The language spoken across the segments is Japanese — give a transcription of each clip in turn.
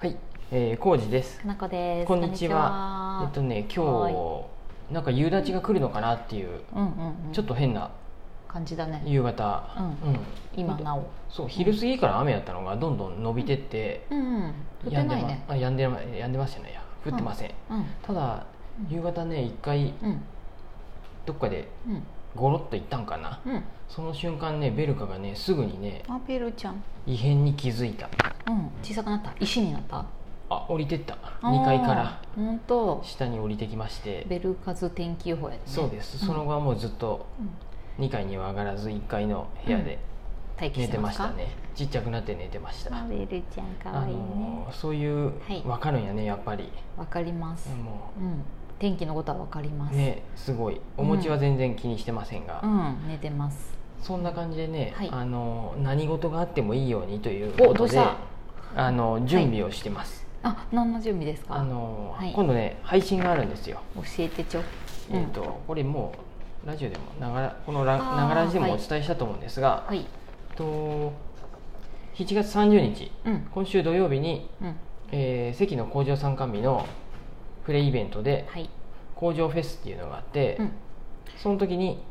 はい、浩二です。 かなこです。 こんにちは。今日なんか夕立が来るのかなっていう、ちょっと変な感じだね。 夕方。 今なお。 そう、昼過ぎから雨やったのがどんどん伸びてって、 降ってないね。 止んでましたね。降ってません。ただ夕方ね、一回どっかでゴロッと行ったんかな。その瞬間ね、ベルカがね、すぐにね、 ベルちゃん異変に気づいた。 小さくなった。石になった。 降りてった。2階から本当下に降りてきまして、 ベルカズ天気予報やね。 そうです。その後はもうずっと2階には上がらず1階の部屋で寝てましたね。ちっちゃくなって寝てました。 ベルちゃんかわいいね。 そういう分かるんやね、やっぱり。 分かります。天気のことは分かりますね。すごい。お餅は全然気にしてませんが、 寝てます。 そんな感じでね、何事があってもいいようにということで準備をしてます。 何の準備ですか？ 今度ね、配信があるんですよ。 教えてちょ。 これもうラジオでもこのながらじでもお伝えしたと思うんですが、7月30日、今週土曜日に関の工場参観日のプレイベントで工場フェスっていうのがあって、その時に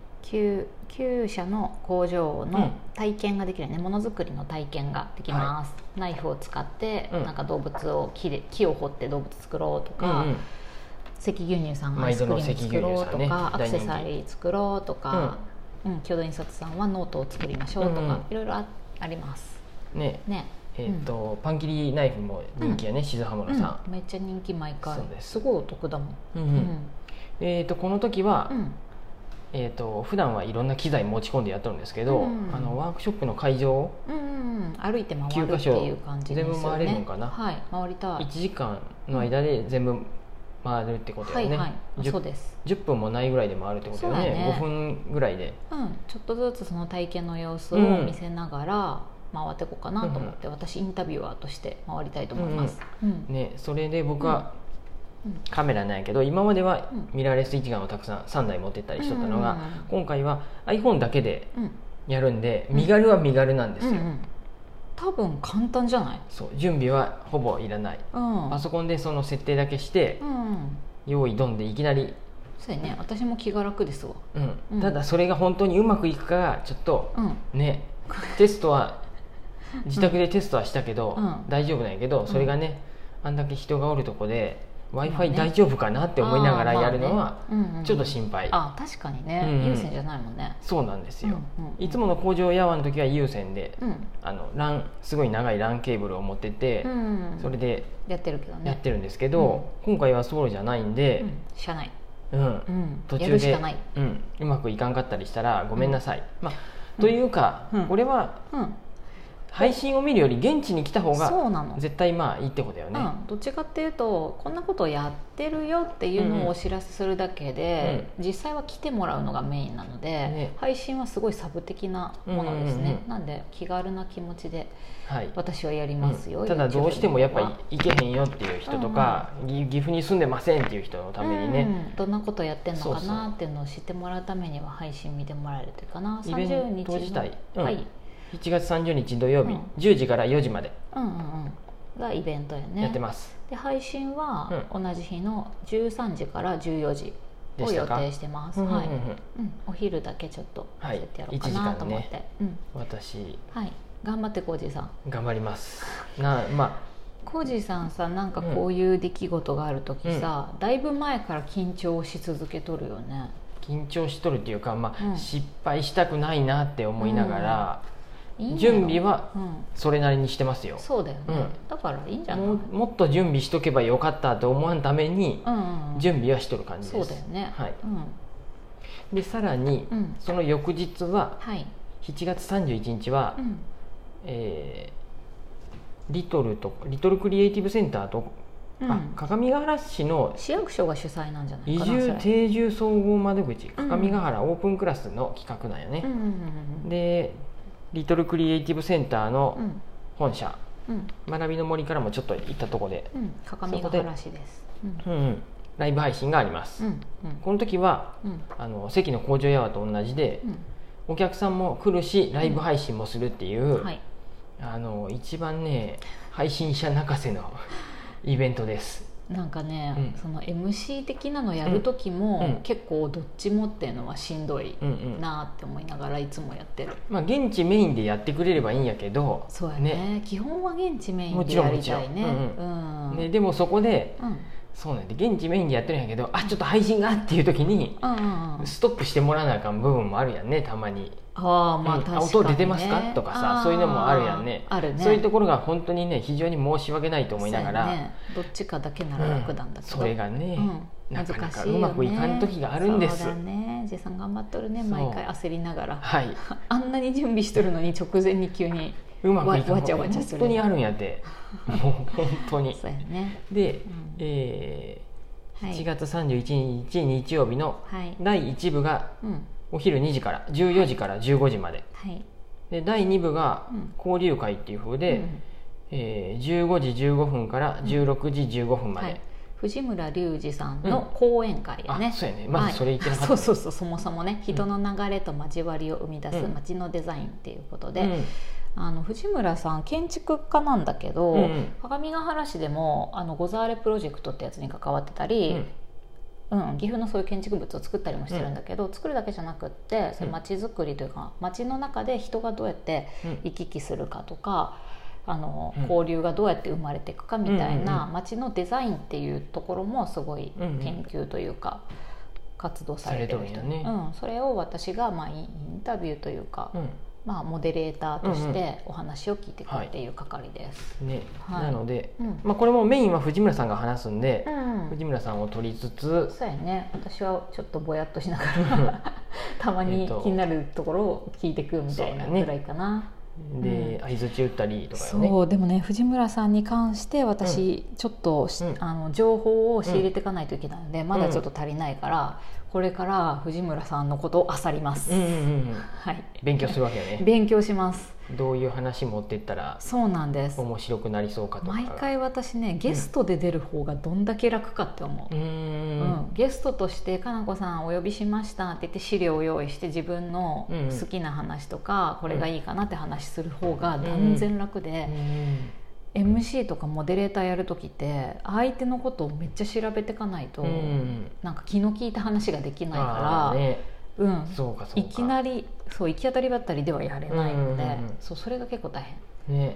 9社の工場の体験ができるね、ものづくりの体験ができます。ナイフを使ってなんか動物を木を掘って動物作ろうとか、関牛乳さんがアイスクリーム作ろうとか、アクセサリー作ろうとか、共同印刷さんはノートを作りましょうとか、いろいろありますね。 パン切りナイフも人気やね、静刃物さん。 めっちゃ人気毎回。すごいお得だもん。 この時は普段はいろんな機材持ち込んでやってるんですけど、ワークショップの会場を歩いて回るっていう感じですよね。 全部回れるのかな。 回りたい。 1時間の間で全部回るってことだよね。 そうです。 10分もないぐらいで回るってことだよね。5分ぐらいでちょっとずつその体験の様子を見せながら回っていこうかなと思って、私インタビュアーとして回りたいと思います。 それで僕はカメラないけど、今まではミラーレス一眼をたくさん3台持ってったりしとったのが、今回は iPhone だけでやるんで、身軽は身軽なんですよ。 多分簡単じゃない？ そう、準備はほぼいらない。パソコンでその設定だけして用意ドンでいきなり。 そうやね、私も気が楽ですわ。 ただそれが本当にうまくいくかがちょっとね、テストは自宅でテストはしたけど大丈夫なんやけど、それがね、あんだけ人がおるとこでWi-Fi 大丈夫かなって思いながらやるのはちょっと心配。 確かにね、有線じゃないもんね。 そうなんですよ。いつもの工場ヤワーの時は有線で、すごい長い LAN ケーブルを持ってて、それでやってるけどね、 やってるんですけど、今回はそうじゃないんで、 車内途中でうまくいかんかったりしたらごめんなさい。というか、これは配信を見るより現地に来た方が絶対いいってことだよね。 どっちかっていうと、こんなことをやってるよっていうのをお知らせするだけで、実際は来てもらうのがメインなので、配信はすごいサブ的なものですね。なんで気軽な気持ちで私はやりますよ。 ただどうしてもやっぱり行けへんよっていう人とか、岐阜に住んでませんっていう人のためにね、 どんなことやってんのかなっていうのを知ってもらうためには配信見てもらえるというかな。 イベント自体7月30日土曜日、10時から4時までがイベントやね。 やってます。 で配信は同じ日の13時から14時を予定してます。お昼だけちょっとそうやってやろうかなと思って。 私頑張って浩二さん。 頑張ります。 浩二さんさ、なんかこういう出来事がある時さ、だいぶ前から緊張し続けとるよね。 緊張しとるっていうか、失敗したくないなって思いながら、準備はそれなりにしてますよ。 そうだよね。だからいいんじゃない？ もっと準備しとけばよかったと思わんために準備はしとる感じです。 そうだよね。 でさらにその翌日は7月31日はリトルクリエイティブセンターと各務原市の市役所が主催なんじゃないかな。 移住定住総合窓口各務原オープンクラスの企画なんよね。でリトルクリエイティブセンターの本社、学びの森からもちょっと行ったところで、 各務原市です。 ライブ配信があります。この時は関の工場ヤワーと同じで、お客さんも来るしライブ配信もするっていう、一番ね配信者泣かせのイベントです。 なんかね、その MC 的なのやる時も、結構どっちもっていうのはしんどいなって思いながらいつもやってる。 まあ現地メインでやってくれればいいんやけど、 そうやね、基本は現地メインでやりたいね。 ね、でもそこで、そうなんで現地メインでやってるんやけど、ちょっと配信がっていう時にストップしてもらわなあかん部分もあるやんね、たまに。 まあ確かにね、 音出てますかとかさ、そういうのもあるやんね。 あるね。 そういうところが本当にね、非常に申し訳ないと思いながら、 ね、どっちかだけなら楽なんだけど、 それがね、なかなかうまくいかん時があるんです。 そうだね、じいさん頑張っとるね、毎回焦りながら、 はい、 あんなに準備しとるのに直前に急にうまくいかんわちゃわちゃする。 本当にあるんやってもう本当にそうやね。 で、7月31日日曜日の第1部がお昼2時から14時から15時まで、で第2部が交流会っていう風で、15時15分から16時15分まで、 藤村隆二さんの講演会やね。 そうやね、まずそれ言ってなかった。 そもそもね、人の流れと交わりを生み出す街のデザインっていうことで、藤村さん建築家なんだけど、相模ヶ原市でもゴザーレプロジェクトってやつに関わってたり、岐阜のそういう建築物を作ったりもしてるんだけど、作るだけじゃなくって、それ街づくりというか街の中で人がどうやって行き来するかとか、交流がどうやって生まれていくかみたいな街のデザインっていうところもすごい研究というか活動されてる人、それを私がインタビューというか、モデレーターとしてお話を聞いていくっていう係です。 なので、これもメインは藤村さんが話すんで、藤村さんを取りつつ、 そうやね、私はちょっとぼやっとしながらたまに気になるところを聞いていくみたいなぐらいかな。 で相づち打ったりとかよね。 そうでもね、藤村さんに関して私ちょっと、情報を仕入れていかないといけないので、まだちょっと足りないから、これから藤村さんのことを漁ります。 勉強するわけよね。 勉強します。 どういう話持っていったらそうなんです面白くなりそうかとか。 毎回私ね、ゲストで出る方がどんだけ楽かって思う。ゲストとしてかなこさんお呼びしましたって言って資料を用意して自分の好きな話とか、これがいいかなって話する方が断然楽で、MC とかモデレーターやる時って相手のことをめっちゃ調べていかないと、なんか気の利いた話ができないから、いきなり行き当たりばったりではやれないので、それが結構大変ね。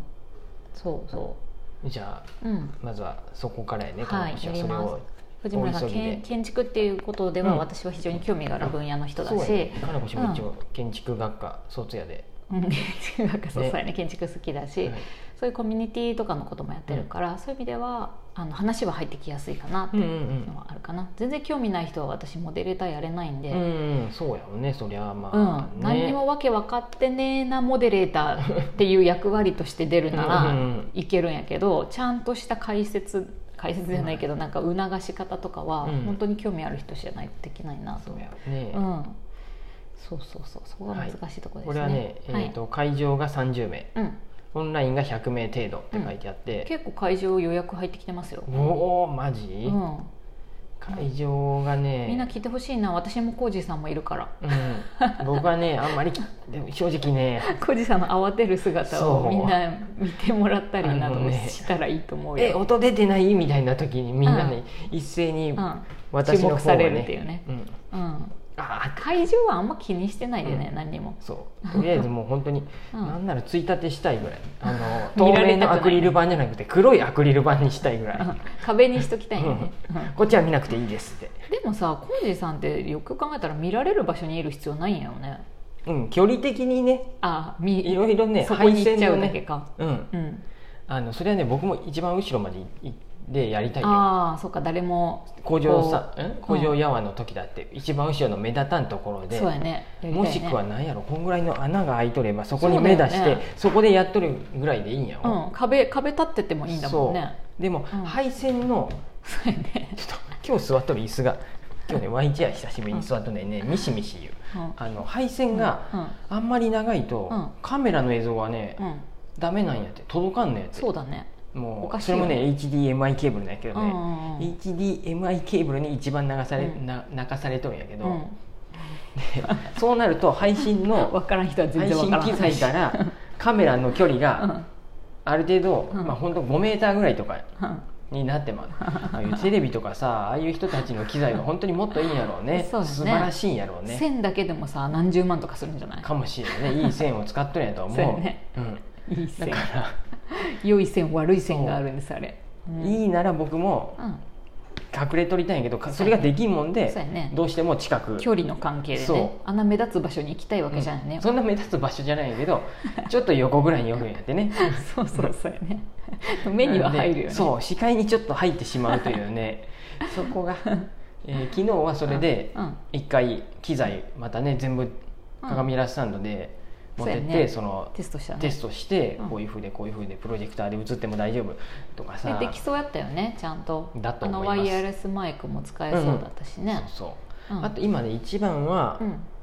じゃあ、まずはそこからやね。 やります。藤村さん建築っていうことでは私は非常に興味がある分野の人だし、 かなこ氏も一応建築学科卒やで。 建築学科そうやね、建築好きだし、そういうコミュニティとかのこともやってるから、そういう意味では話は入ってきやすいかなっていうのはあるかな。全然興味ない人は私モデレーターやれないんで、 そうやろね、そりゃ何にもわけ分かってねえなモデレーターっていう役割として出るならいけるんやけど、ちゃんとした解説じゃないけど、なんか促し方とかは本当に興味ある人じゃないとできないなと思う。そこが難しいところですね。 これはね、会場が30名、オンラインが100名程度って書いてあって、 結構会場予約入ってきてますよ。 おお、マジ？会場がね、 みんな聞いてほしいな。私もコージーさんもいるから、 僕はねあんまりでも正直ねコージーさんの慌てる姿をみんな見てもらったりなどしたらいいと思うよ。 音出てないみたいな時にみんなね、一斉に私の方がね、注目されるっていうね。会場はあんま気にしてないでね、何にも。 そうとりあえずもう本当になんならついたてしたいぐらい、透明のアクリル板じゃなくて黒いアクリル板にしたいぐらい、 壁にしときたいね。 こっちは見なくていいですって。 でもさ、コージーさんってよく考えたら見られる場所にいる必要ないんやよね。 距離的にね、いろいろね、 そこに行っちゃうだけか。 それはね、僕も一番後ろまで行ってでやりたいよ。 そうか、誰も工場やわの時だって一番後ろの目立たんところで、 そうやね、 もしくは何やろ、こんぐらいの穴が開いとればそこに目出して そこでやっとるぐらいでいいんやろ。 壁立っててもいいんだもんね。 でも配線のちょっと今日座っとる椅子が今日ね Y チェア久しぶりに座っとるね、ミシミシ言う、配線があんまり長いとカメラの映像はねダメなんやって、届かんのやって。 そうだね、 もうそれもね HDMI ケーブルなんやけどね、HDMI ケーブルに一番泣かされとるんやけど、そうなると配信の分からん人は全然分からん配信機材からカメラの距離がある程度、まあ本当5メーターぐらいとかになってます。ああいうテレビとかさ、ああいう人たちの機材は本当にもっといいんやろうね。 そうだね、 素晴らしいんやろうね。 線だけでもさ何十万とかするんじゃないかもしれないね。いい線を使っとるんやと思う。そうね、 いい線、だから良い線悪い線があるんですあれ、 いいなら僕も隠れ撮りたいんやけど、それができんもんで、どうしても近く、 距離の関係でね、あんな目立つ場所に行きたいわけじゃないね、 そんな目立つ場所じゃないんやけどちょっと横ぐらいに寄るんやってねそうそうそうやね目には入るよね。 そう、視界にちょっと入ってしまうというねそこが、昨日はそれで一回機材またね全部鏡ミラースタンドで持ってって、そのテストして、こういうふうでこういうふうでプロジェクターで映っても大丈夫とかさ、 できそうやったよね、ちゃんと。 だと思います。 ワイヤレスマイクも使えそうだったしね。 そう、あと今ね一番は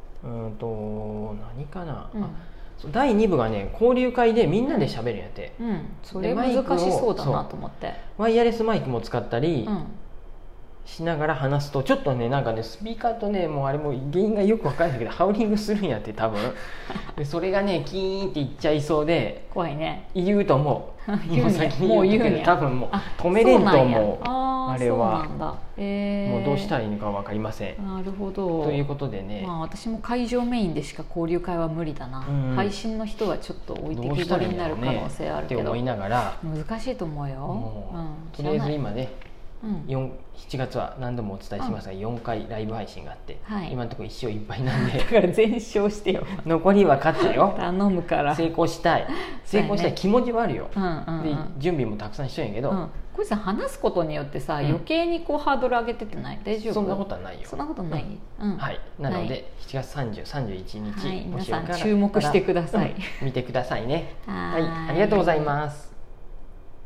何かな、第2部がね交流会でみんなで喋るんやって、 それ難しそうだなと思って、 ワイヤレスマイクも使ったりしながら話すと、ちょっとねなんかねスピーカーとねもうあれも原因がよく分かんないけどハウリングするんやって多分でそれがねキーンっていっちゃいそうで怖いね、言うと思うもう先に言うけど多分もう止めれんと思う、あれはもうどうしたらいいのか分かりません。 なるほど。 ということでね、 私も会場メインでしか交流会は無理だな、配信の人はちょっと置いてきぼりになる可能性あるけどって思いながら難しいと思うよ。 とりあえず今ね7月は何度もお伝えしますが4回ライブ配信があって、今のところ1勝1敗なんで、 だから全勝してよ残りは勝つよ頼むから成功したい気持ちはあるよ、で準備もたくさんしとんやけど、 小石さん話すことによってさ余計にこうハードル上げててない？大丈夫？ そんなことはないよ。 そんなことない？ はい、なので7月30、31日皆さん注目してください、 見てくださいね。はい、ありがとうございます。